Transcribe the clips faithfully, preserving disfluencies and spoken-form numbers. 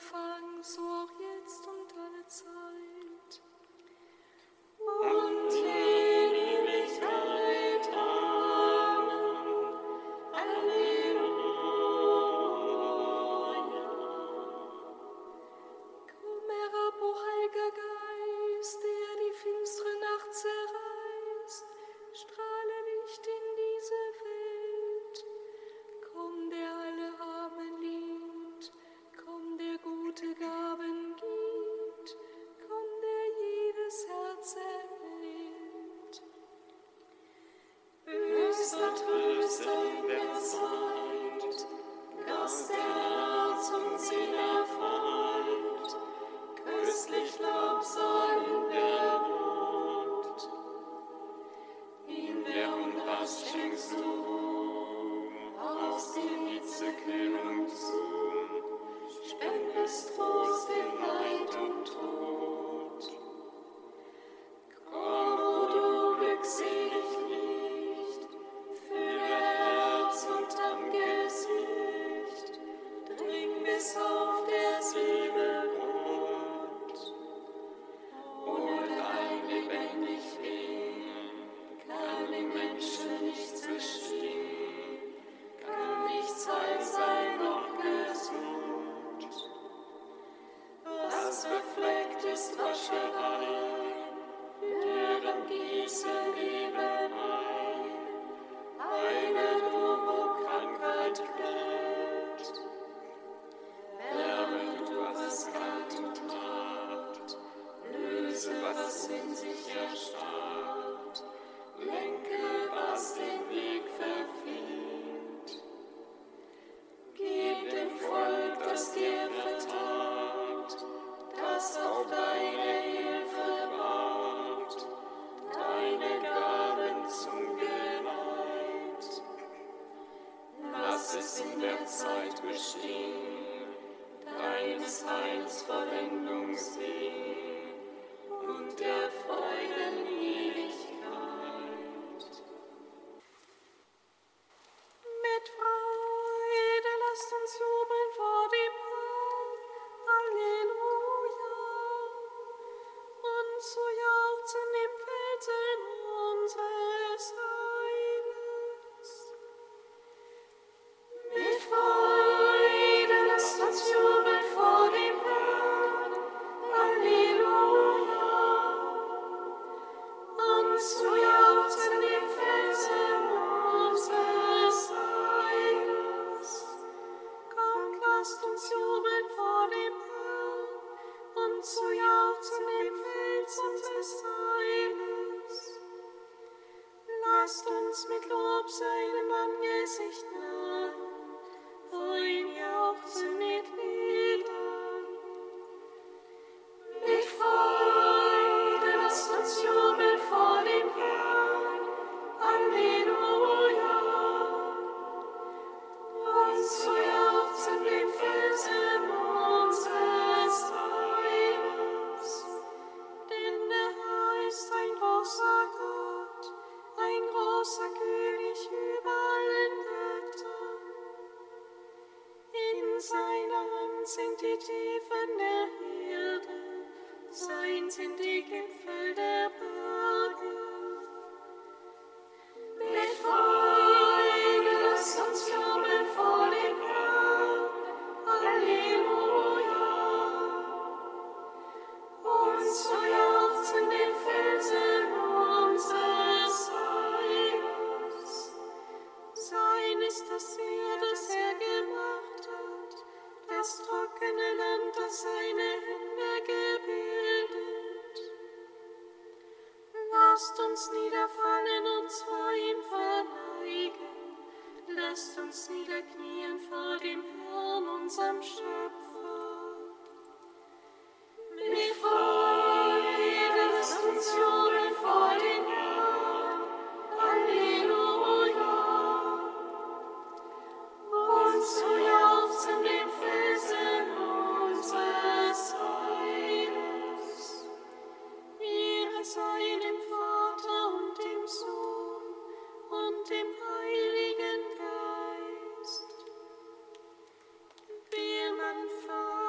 Anfang, so auch jetzt und alle Zeit. Und in Ewigkeit. Amen. Halleluja. Komm herab, o Heiliger Geist, der die finstere Nacht zerreißt, strahle Licht in diese Welt. Komm, der alle Armen liebt, komm, der gute Gaben gibt, komm, der jedes Herz erhält. Höchster Tröster in der Zeit, Gast, der Herz und Sinn erfreut, köstlich Labsal in der Not. In der Unrast schenkst du Ruhm, haust die Hitzekühlung zu, spendest Trost in Leid und Tod. Komm, o du glückselig Licht, fülle Herz und Angesicht, dring bis auf der Seele Grund. O dein lebendig Wehen kann im Menschen nichts bestehen, kann nichts heil sein noch gesund. Was befleckt ist, wasche rein, Dürren gieße Leben ein, heile du, wo Krankheit quält, wärme du, was kalt und hart, löse, was in sich erstarrt, lenke, was den Weg verfehlt. Gib dem Volk, das dir vertraut, das auf deine Hilfe wart, deine Gaben zum Geleit. Lass es in der Zeit bestehen, deines Heils Vollendung sehen und der Freuden Ewigkeit. Mit Freude lasst uns jubeln vor dem Herrn. Halleluja. Und zu jauchzen im Felsen unseres Heiles. Mit Freude lasst uns jubeln vor dem Herrn. Halleluja. Und zu jauchzen im Felsen unseres Heiles. Kommt, lasst uns jubeln vor dem Herrn und zu jauchzen im Fels unseres Heiles. Lasst uns mit Lob seinem Angesicht nahen, vor ihm jauchzen mit Liedern. Mit Freude lasst uns jubeln vor dem Herrn. Halleluja. Und zu jauchzen im Felsen unseres Heiles. Denn der Herr ist ein großer Gott, ein großer König über allen Göttern. In seiner Hand sind die Tiefen der Erde, sein sind die Gipfel der Berge. Mit Freude lasst uns jubeln vor dem Herrn. Halleluja. Und zu jauchzen im Felsen unseres Heiles. Sein ist das Meer, das er gemacht hat, das trockene Land, das seine Hände gebildet. Lasst uns niederfallen, uns vor ihm verneigen. Lasst uns niederknien vor dem Herrn, unserem Schöpfer. Mit Freude lasst uns jubeln vor dem Herrn. Halleluja. Und zu jauchzen im Felsen unseres Heiles. Ehre sei dem Vater und dem Sohn und dem Heiligen Geist, wie im Anfang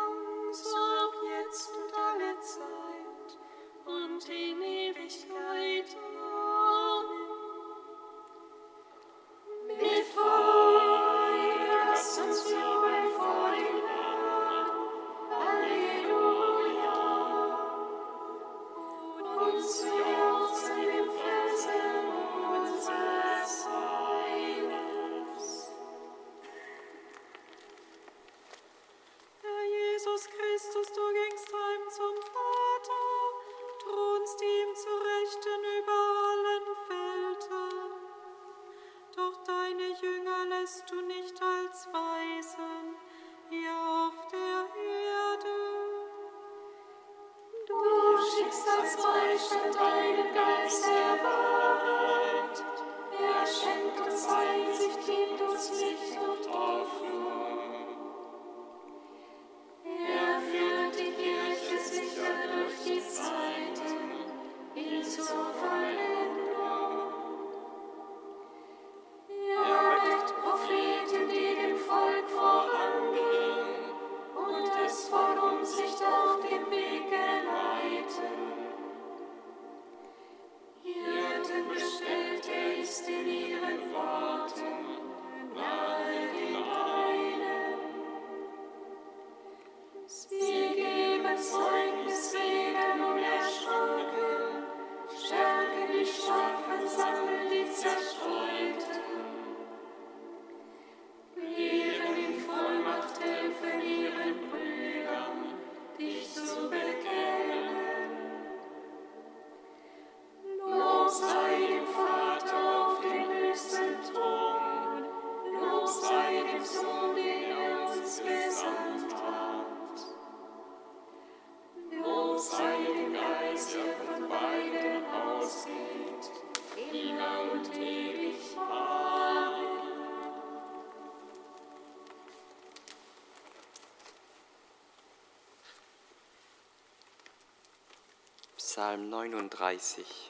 Psalm neununddreißig.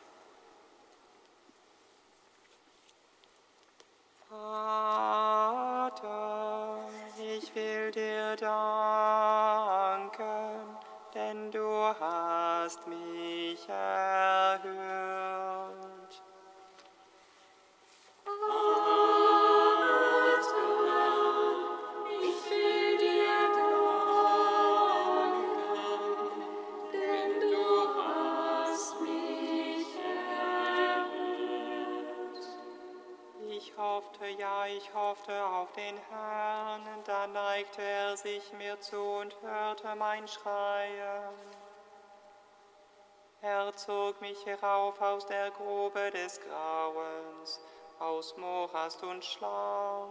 Vater, ich will dir danken, denn du hast mich erhört. Ja, ich hoffte auf den Herrn, da neigte er sich mir zu und hörte mein Schreien. Er zog mich herauf aus der Grube des Grauens, aus Morast und Schlamm.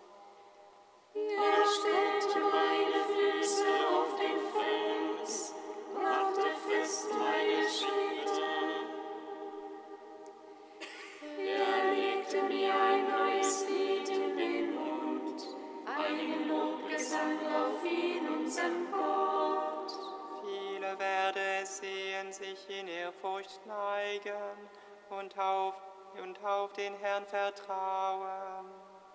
Er stellte meine Füße auf den Fels, machte fest meine Schritte. Er legte mir ein neues Lied in den Mund, einen Lobgesang auf ihn, unseren Gott. Viele werde es sehen, sich in Ehrfurcht neigen und auf, und auf den Herrn vertrauen.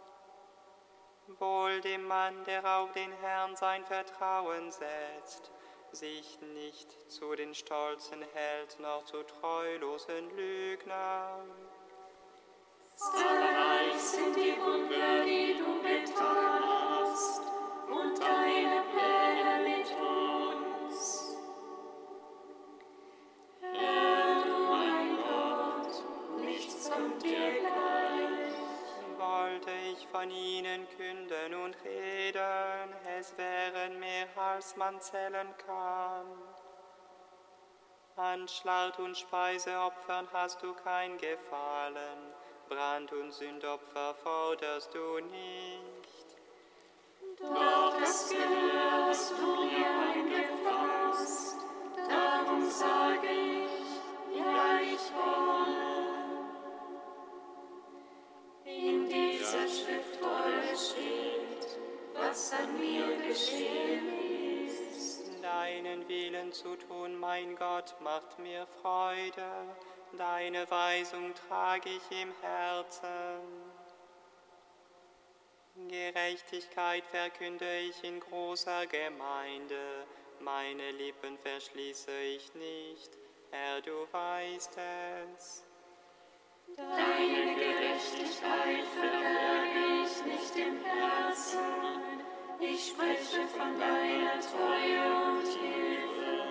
Wohl dem Mann, der auf den Herrn sein Vertrauen setzt, sich nicht zu den Stolzen hält, noch zu treulosen Lügnern. Zahlreich sind die Wunder, die du getan hast, und deine Pläne mit uns. Herr, du mein Gott, nichts kommt dir gleich. Wollte ich von ihnen künden und reden, es wären mehr, als man zählen kann. An Schlacht- und Speiseopfern hast du kein Gefallen, Brand- und Sündopfer forderst du nicht. Doch das Gehör hast du mir eingepflanzt, darum sage ich, ja, ich komme. In dieser Schriftrolle steht, was an mir geschehen ist. Deinen Willen zu tun, mein Gott, macht mir Freude, deine Weisung trage ich im Herzen. Gerechtigkeit verkünde ich in großer Gemeinde, meine Lippen verschließe ich nicht, Herr, du weißt es. Deine Gerechtigkeit verberge ich nicht im Herzen, ich spreche von deiner Treue und Hilfe.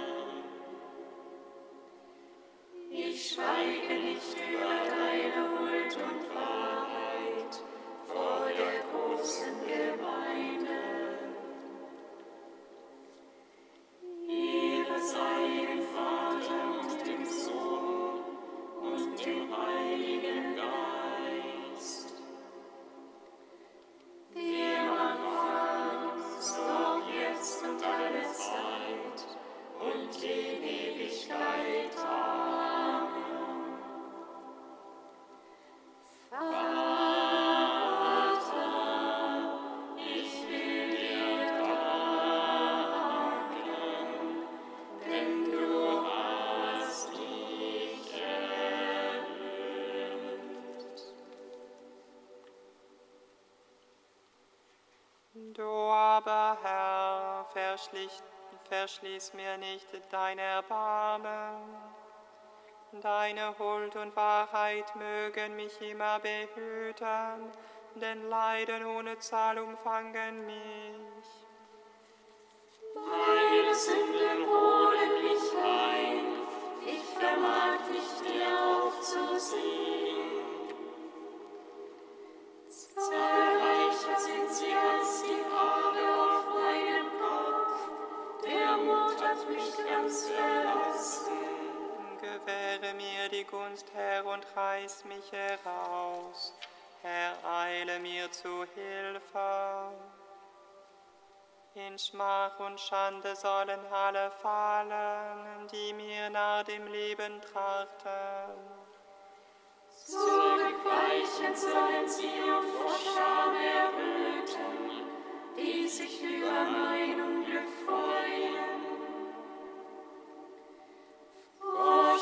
Ich schweige nicht über deine Huld und Wahrheit vor der großen Gemeinde. Ehre sei dem Vater und dem Sohn und dem Heiligen Geist. Wie am Anfang, so auch jetzt und alle Zeit und in Ewigkeit. Amen. Vater, ich will dir danken, denn du hast mich erhört. Du aber, Herr, verschlicht, verschließ mir nicht dein Erbarmen. Deine Huld und Wahrheit mögen mich immer behüten, denn Leiden ohne Zahl umfangen mich. Meine Sünden holen mich ein, ich vermag nicht dir aufzusehen. Zahlreicher sind sie als die Haare auf meinem Kopf, der Mut hat mich ganz verlassen. Gewähre mir die Gunst, Herr, und reiß mich heraus. Herr, eile mir zu Hilfe. In Schmach und Schande sollen alle fallen, die mir nach dem Leben trachten. Zurückweichen sollen sie und vor Scham erröten, die sich über mein Unglück freuen. Vor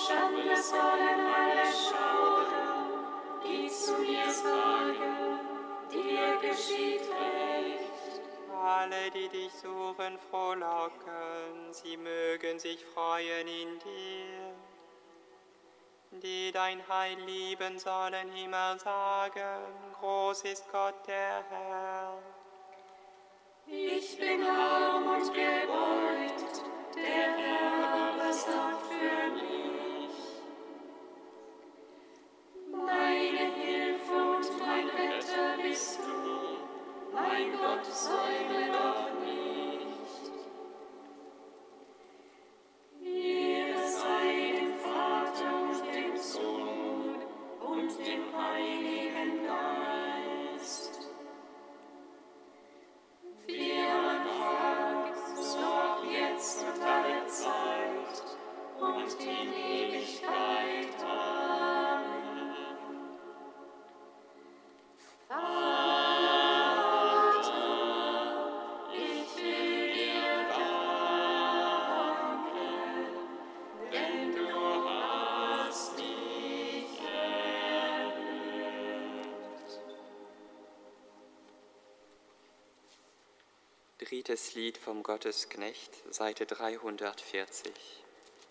sollen alle schauen, die zu mir sagen, dir geschieht Recht. Alle, die dich suchen, frohlocken, sie mögen sich freuen in dir. Die dein Heil lieben, sollen immer sagen, groß ist Gott der Herr. Ich bin arm und gebeugt, der Herr aber sorgt für mich. Meine Hilfe und mein Retter bist du, mein Gott, säume doch nicht. Ehre sei dem Vater und dem Sohn und dem Heiligen Geist. Wie am Anfang, so auch jetzt und alle Zeit und in Ewigkeit. Amen. Vater, ich will dir danken, denn du hast mich erhört. Drittes Lied vom Gottesknecht, Seite dreihundertvierzig.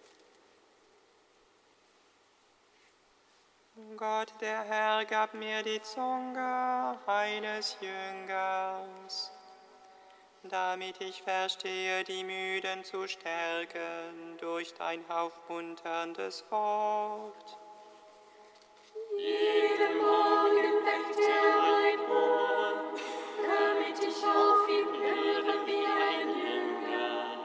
Gott, der Herr, gab mir die Zunge eines Jüngers, damit ich verstehe, die Müden zu stärken durch dein aufmunterndes Wort. Jeden Morgen weckt er mein Ohr, damit ich auf ihn höre wie ein Jünger.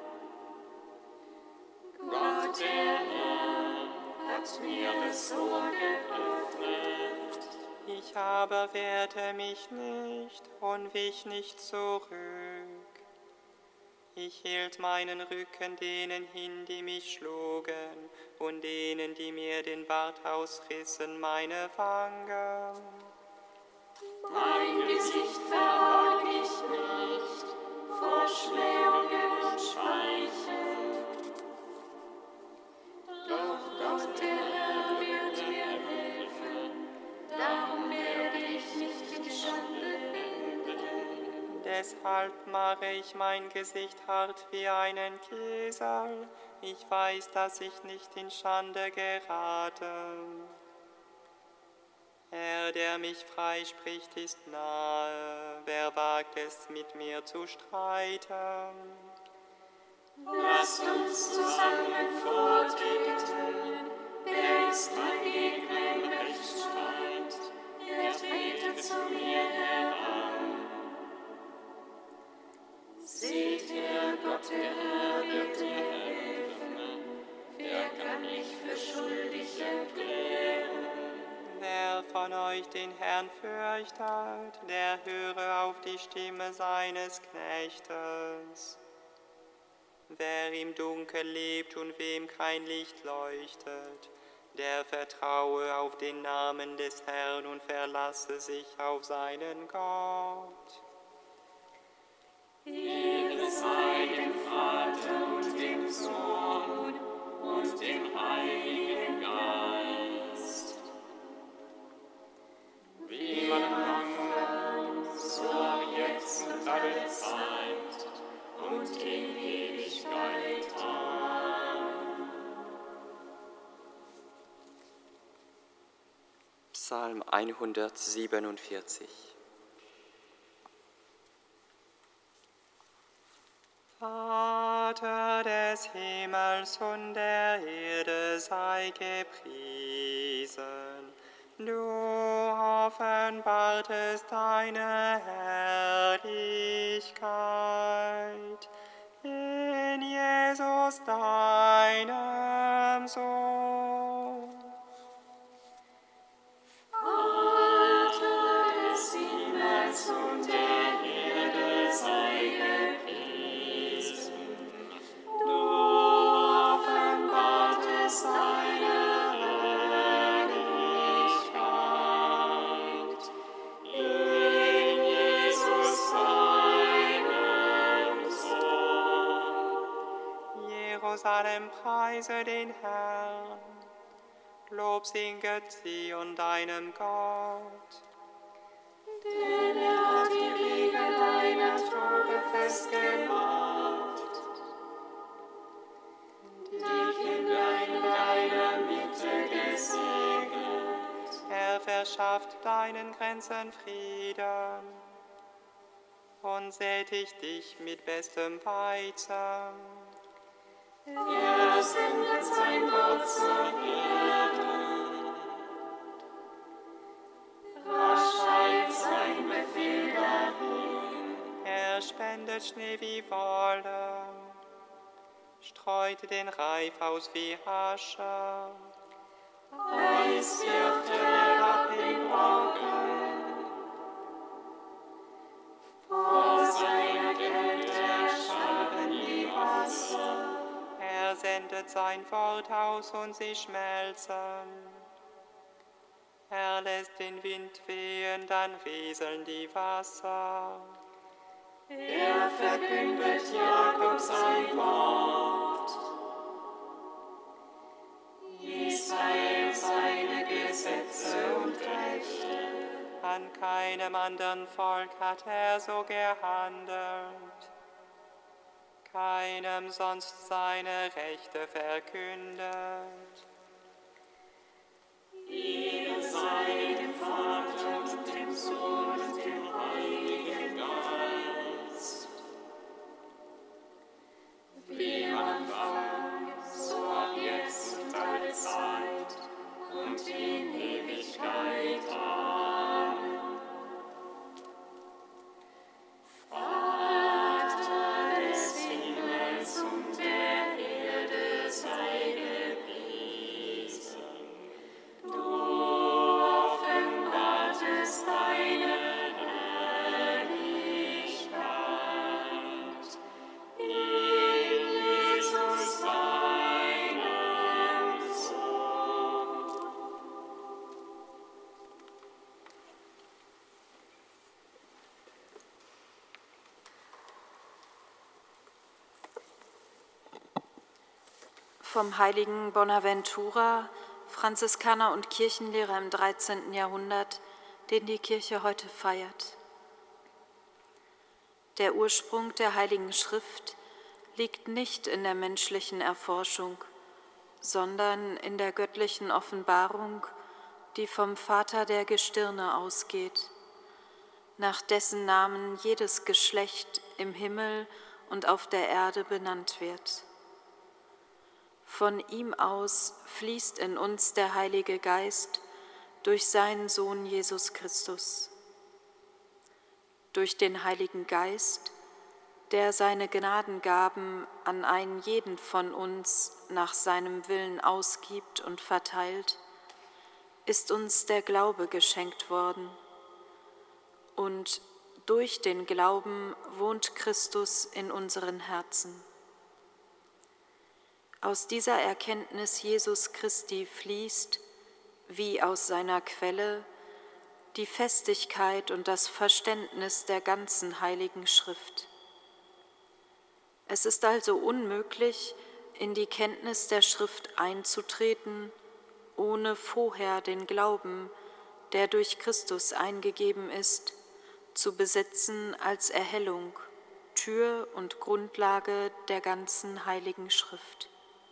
Gott, der Herr, hat mir das Ohr geöffnet. Ich aber wehrte mich nicht und wich nicht zurück. Ich hielt meinen Rücken denen hin, die mich schlugen, und denen, die mir den Bart ausrissen, meine Wangen. Mein Gesicht verbarg ich nicht vor Schmähungen und Speichel. Doch Gott, der Herr, wird mir helfen, darum werde ich nicht in Schande enden. Deshalb mache ich mein Gesicht hart wie einen Kiesel. Ich weiß, dass ich nicht in Schande gerate. Er, der mich freispricht, ist nahe. Wer wagt es, mit mir zu streiten? Lasst uns zusammen vortreten. Wer ist mein Gegner im Rechtsstreit? Er trete zu mir heran. Seht her, Gott, der Herr wird dir helfen. Wer kann mich für schuldig erklären? Wer von euch den Herrn fürchtet, der höre auf die Stimme seines Knechtes. Wer im Dunkel lebt und wem kein Licht leuchtet, der vertraue auf den Namen des Herrn und verlasse sich auf seinen Gott. Ehre sei dem Vater und dem Sohn und dem Heiligen Geist. Wie am Anfang, so auch jetzt und alle Zeit und in Ewigkeit. Amen. Psalm hundertsiebenundvierzig. Vater des Himmels und der Erde, sei gepriesen. Du offenbartest deine Herrlichkeit in Jesus, deinem Sohn. Vater des Himmels und der Erde, sei gepriesen. Du offenbartest deine Herrlichkeit in Jesus, deinem Sohn. Jerusalem, preise den Herrn. Lob singet Zion deinem Gott. Denn er hat die Riegel deiner Tore festgemacht. Die Kinder in deiner Mitte gesegnet. Er verschafft deinen Grenzen Frieden und sättigt dich mit bestem Weizen. Er sendet sein Wort zur Erde. Rasch eilt sein Befehl dahin. Er spendet Schnee wie Wolle, streut den Reif aus wie Asche. Eis wirft er ab in Augen. Vor seiner Kälte erstarren die Wasser. Er sendet sein Wort aus und sie schmelzen. Er lässt den Wind wehen, dann rieseln die Wasser. Er verkündet Jakob sein Wort. Israel seine Gesetze und Rechte. An keinem anderen Volk hat er so gehandelt, keinem sonst seine Rechte verkündet. Ehre sei dem Vater und dem Sohn und dem Heiligen Geist. Wie am Anfang, so ab jetzt und alle Zeit und in Ewigkeit. Amen. Vater des Himmels und der Erde, sei gepriesen. Du offenbartest deine Herrlichkeit in Jesus, deinem Sohn. Vom heiligen Bonaventura, Franziskaner und Kirchenlehrer im dreizehnten Jahrhundert, den die Kirche heute feiert. Der Ursprung der Heiligen Schrift liegt nicht in der menschlichen Erforschung, sondern in der göttlichen Offenbarung, die vom Vater der Gestirne ausgeht, nach dessen Namen jedes Geschlecht im Himmel und auf der Erde benannt wird. Von ihm aus fließt in uns der Heilige Geist durch seinen Sohn Jesus Christus. Durch den Heiligen Geist, der seine Gnadengaben an einen jeden von uns nach seinem Willen ausgibt und verteilt, ist uns der Glaube geschenkt worden. Und durch den Glauben wohnt Christus in unseren Herzen. Aus dieser Erkenntnis Jesus Christi fließt, wie aus seiner Quelle, die Festigkeit und das Verständnis der ganzen Heiligen Schrift. Es ist also unmöglich, in die Kenntnis der Schrift einzutreten, ohne vorher den Glauben, der durch Christus eingegeben ist, zu besitzen als Erhellung, Tür und Grundlage der ganzen Heiligen Schrift.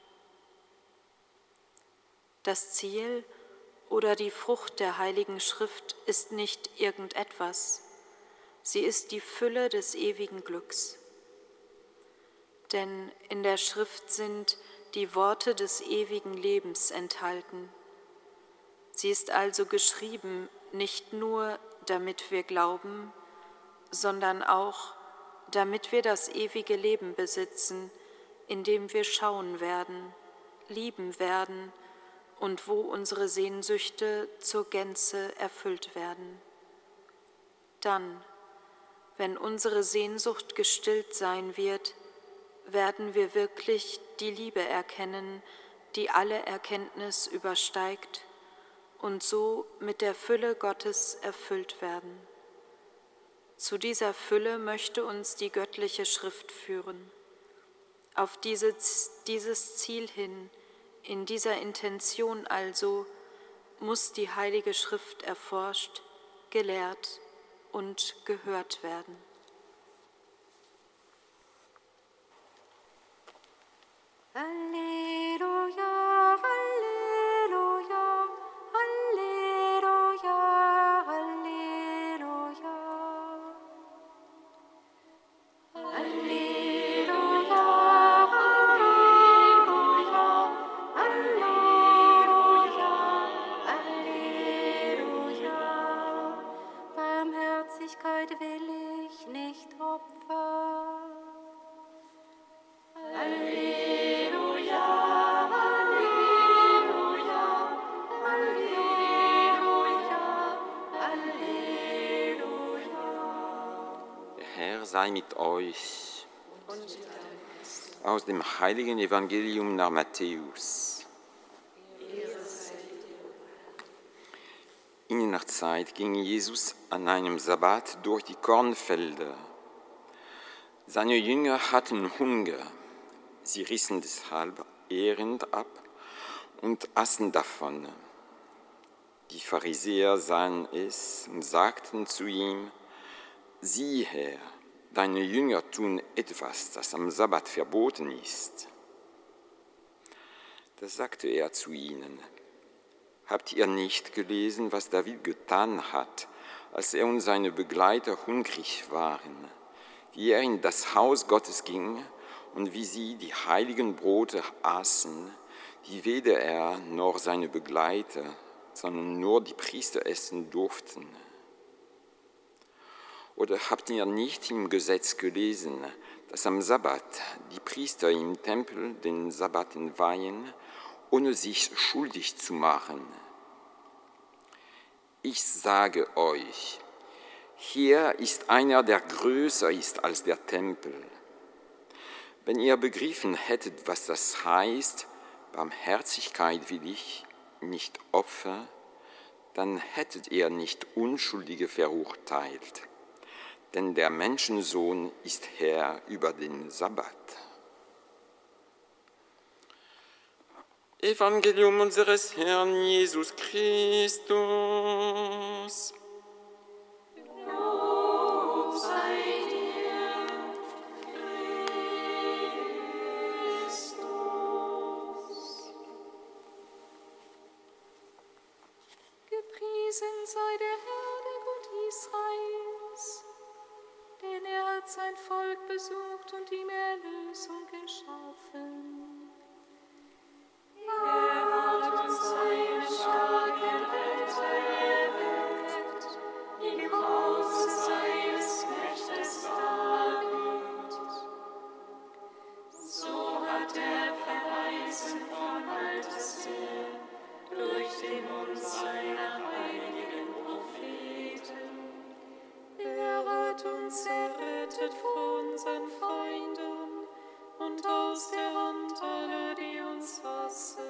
Das Ziel oder die Frucht der Heiligen Schrift ist nicht irgendetwas, sie ist die Fülle des ewigen Glücks. Denn in der Schrift sind die Worte des ewigen Lebens enthalten. Sie ist also geschrieben, nicht nur, damit wir glauben, sondern auch, damit wir das ewige Leben besitzen, in dem wir schauen werden, lieben werden und wo unsere Sehnsüchte zur Gänze erfüllt werden. Dann, wenn unsere Sehnsucht gestillt sein wird, werden wir wirklich die Liebe erkennen, die alle Erkenntnis übersteigt und so mit der Fülle Gottes erfüllt werden. Zu dieser Fülle möchte uns die göttliche Schrift führen. Auf diese, dieses Ziel hin In dieser Intention also muss die Heilige Schrift erforscht, gelehrt und gehört werden. Halleluja, Halleluja, Halleluja, Halleluja. Halleluja, Halleluja, Halleluja, Halleluja. Barmherzigkeit will ich nicht opfern. Halleluja, Halleluja, Halleluja, Halleluja. Der Herr sei mit euch. Aus dem heiligen Evangelium nach Matthäus. In jener Zeit ging Jesus an einem Sabbat durch die Kornfelder. Seine Jünger hatten Hunger. Sie rissen deshalb Ährend ab und aßen davon. Die Pharisäer sahen es und sagten zu ihm: Sieh her, deine Jünger tun etwas, das am Sabbat verboten ist. Da sagte er zu ihnen: Habt ihr nicht gelesen, was David getan hat, als er und seine Begleiter hungrig waren, wie er in das Haus Gottes ging und wie sie die heiligen Brote aßen, die weder er noch seine Begleiter, sondern nur die Priester essen durften? Oder habt ihr nicht im Gesetz gelesen, dass am Sabbat die Priester im Tempel den Sabbat entweihen, ohne sich schuldig zu machen? Ich sage euch, hier ist einer, der größer ist als der Tempel. Wenn ihr begriffen hättet, was das heißt, Barmherzigkeit will ich, nicht Opfer, dann hättet ihr nicht Unschuldige verurteilt. Denn der Menschensohn ist Herr über den Sabbat. Evangelium unseres Herrn Jesus Christus. Lob sei dir, Christus. Gepriesen sei der Herr, der Gott Israels, denn er hat sein Volk besucht und ihm Erlösung geschaffen. Er hat uns seine starke Retter erweckt, im Hause seines Knechtes David. So hat er verheißen von alters her durch den Mund seiner heiligen Propheten. Er hat uns errettet vor unseren Feinden und aus der Hand aller, die uns hassen.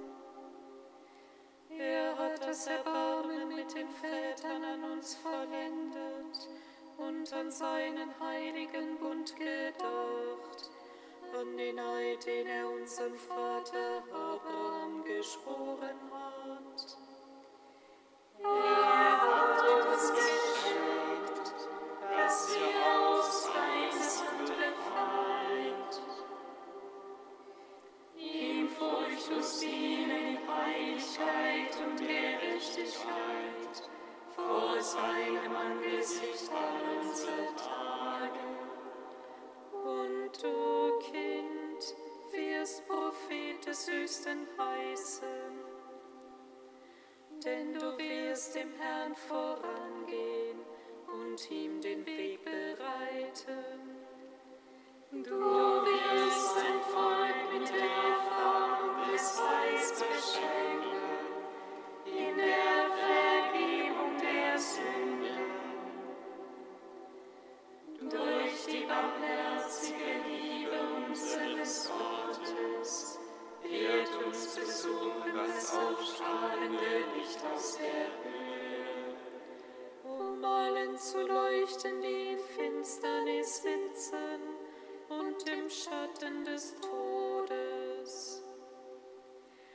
Er hat das Erbarmen mit den Vätern an uns vollendet und an seinen heiligen Bund gedacht, an den Eid, den er unserem Vater Abraham geschworen hat. Er hat uns geschenkt, dass wir ausweisen befreit. Ihm furchtlos dienen in Heiligkeit und Gerechtigkeit vor seinem Angesicht all unsere Tage. Und du, Kind, wirst Prophet des Höchsten heißen, denn du wirst dem Herrn vorangehen und ihm den Weg bereiten. Du wirst ein Volk mit der Erfahrung des Heils beschenken, in der Vergebung der Sünden. Durch die barmherzige Liebe unseres Gottes wird uns besuchen das aufstrahlende Licht aus der Höhe, um allen zu leuchten, die in Finsternis sitzen und im Schatten des Todes,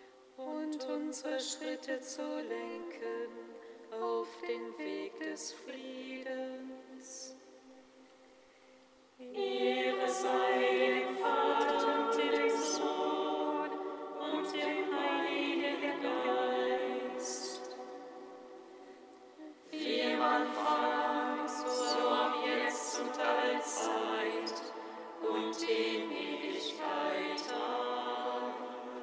unsere Schritte zu lenken auf den Weg des Friedens. Ehre sei dem Vater und dem Sohn und dem Heiligen Geist. Wie im Anfang, so auch jetzt und allezeit und in Ewigkeit. Amen.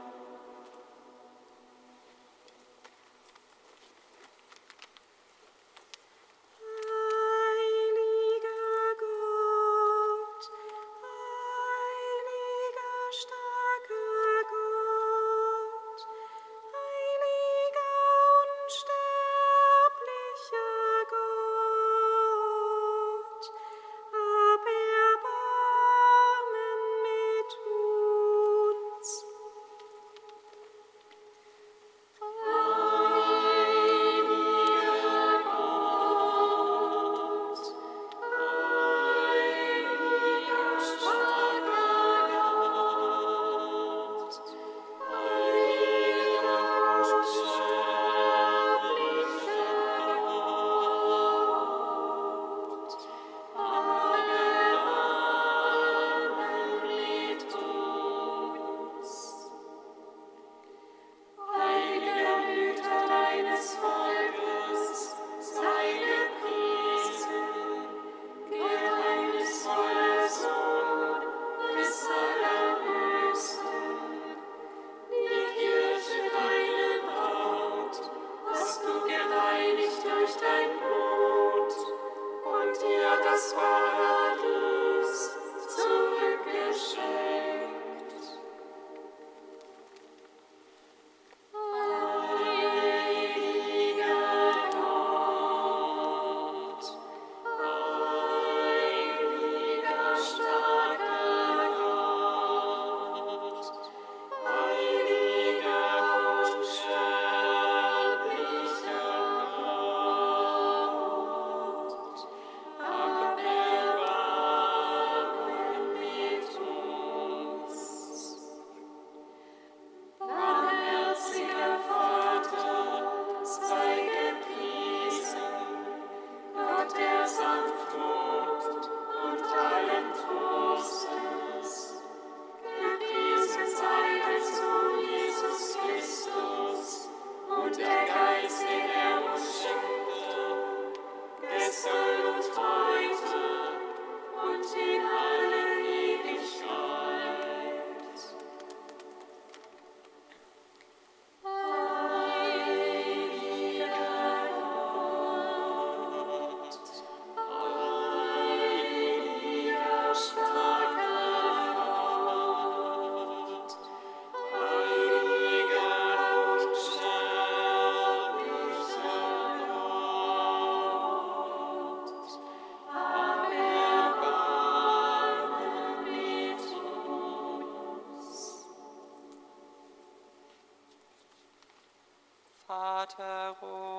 Vater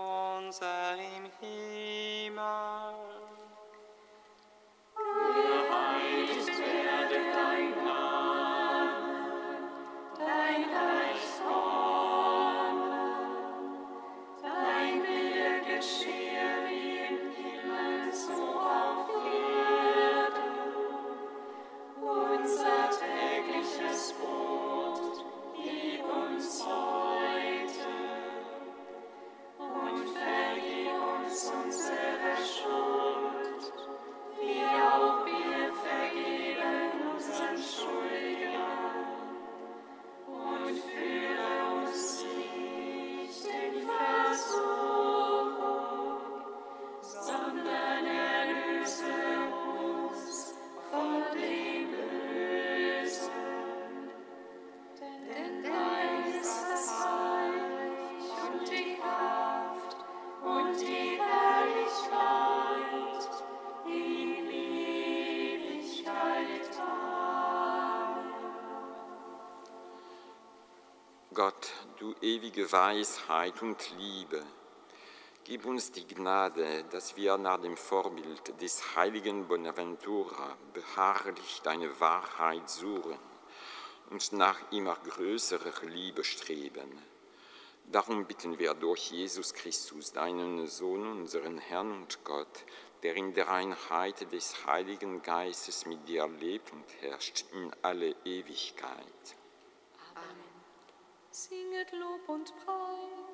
unser im Himmel, geheiligt werde dein Name, dein Reich komme, dein Wille geschehe wie im Himmel, so auf Erden. Unser tägliches Brot gib uns heute und vergib uns unsere Schuld, wie auch wir vergeben unseren Schuldigern. Und führe uns nicht in Versuchung, sondern erlöse uns von dem Bösen. Denn dein ist das Reich und die Kraft und die Herrlichkeit in Ewigkeit. Amen. Gott, du ewige Weisheit und Liebe, gib uns die Gnade, dass wir nach dem Vorbild des heiligen Bonaventura beharrlich deine Wahrheit suchen und nach immer größerer Liebe streben. Darum bitten wir durch Jesus Christus, deinen Sohn, unseren Herrn und Gott, der in der Einheit des Heiligen Geistes mit dir lebt und herrscht in alle Ewigkeit. Singet Lob und Preis.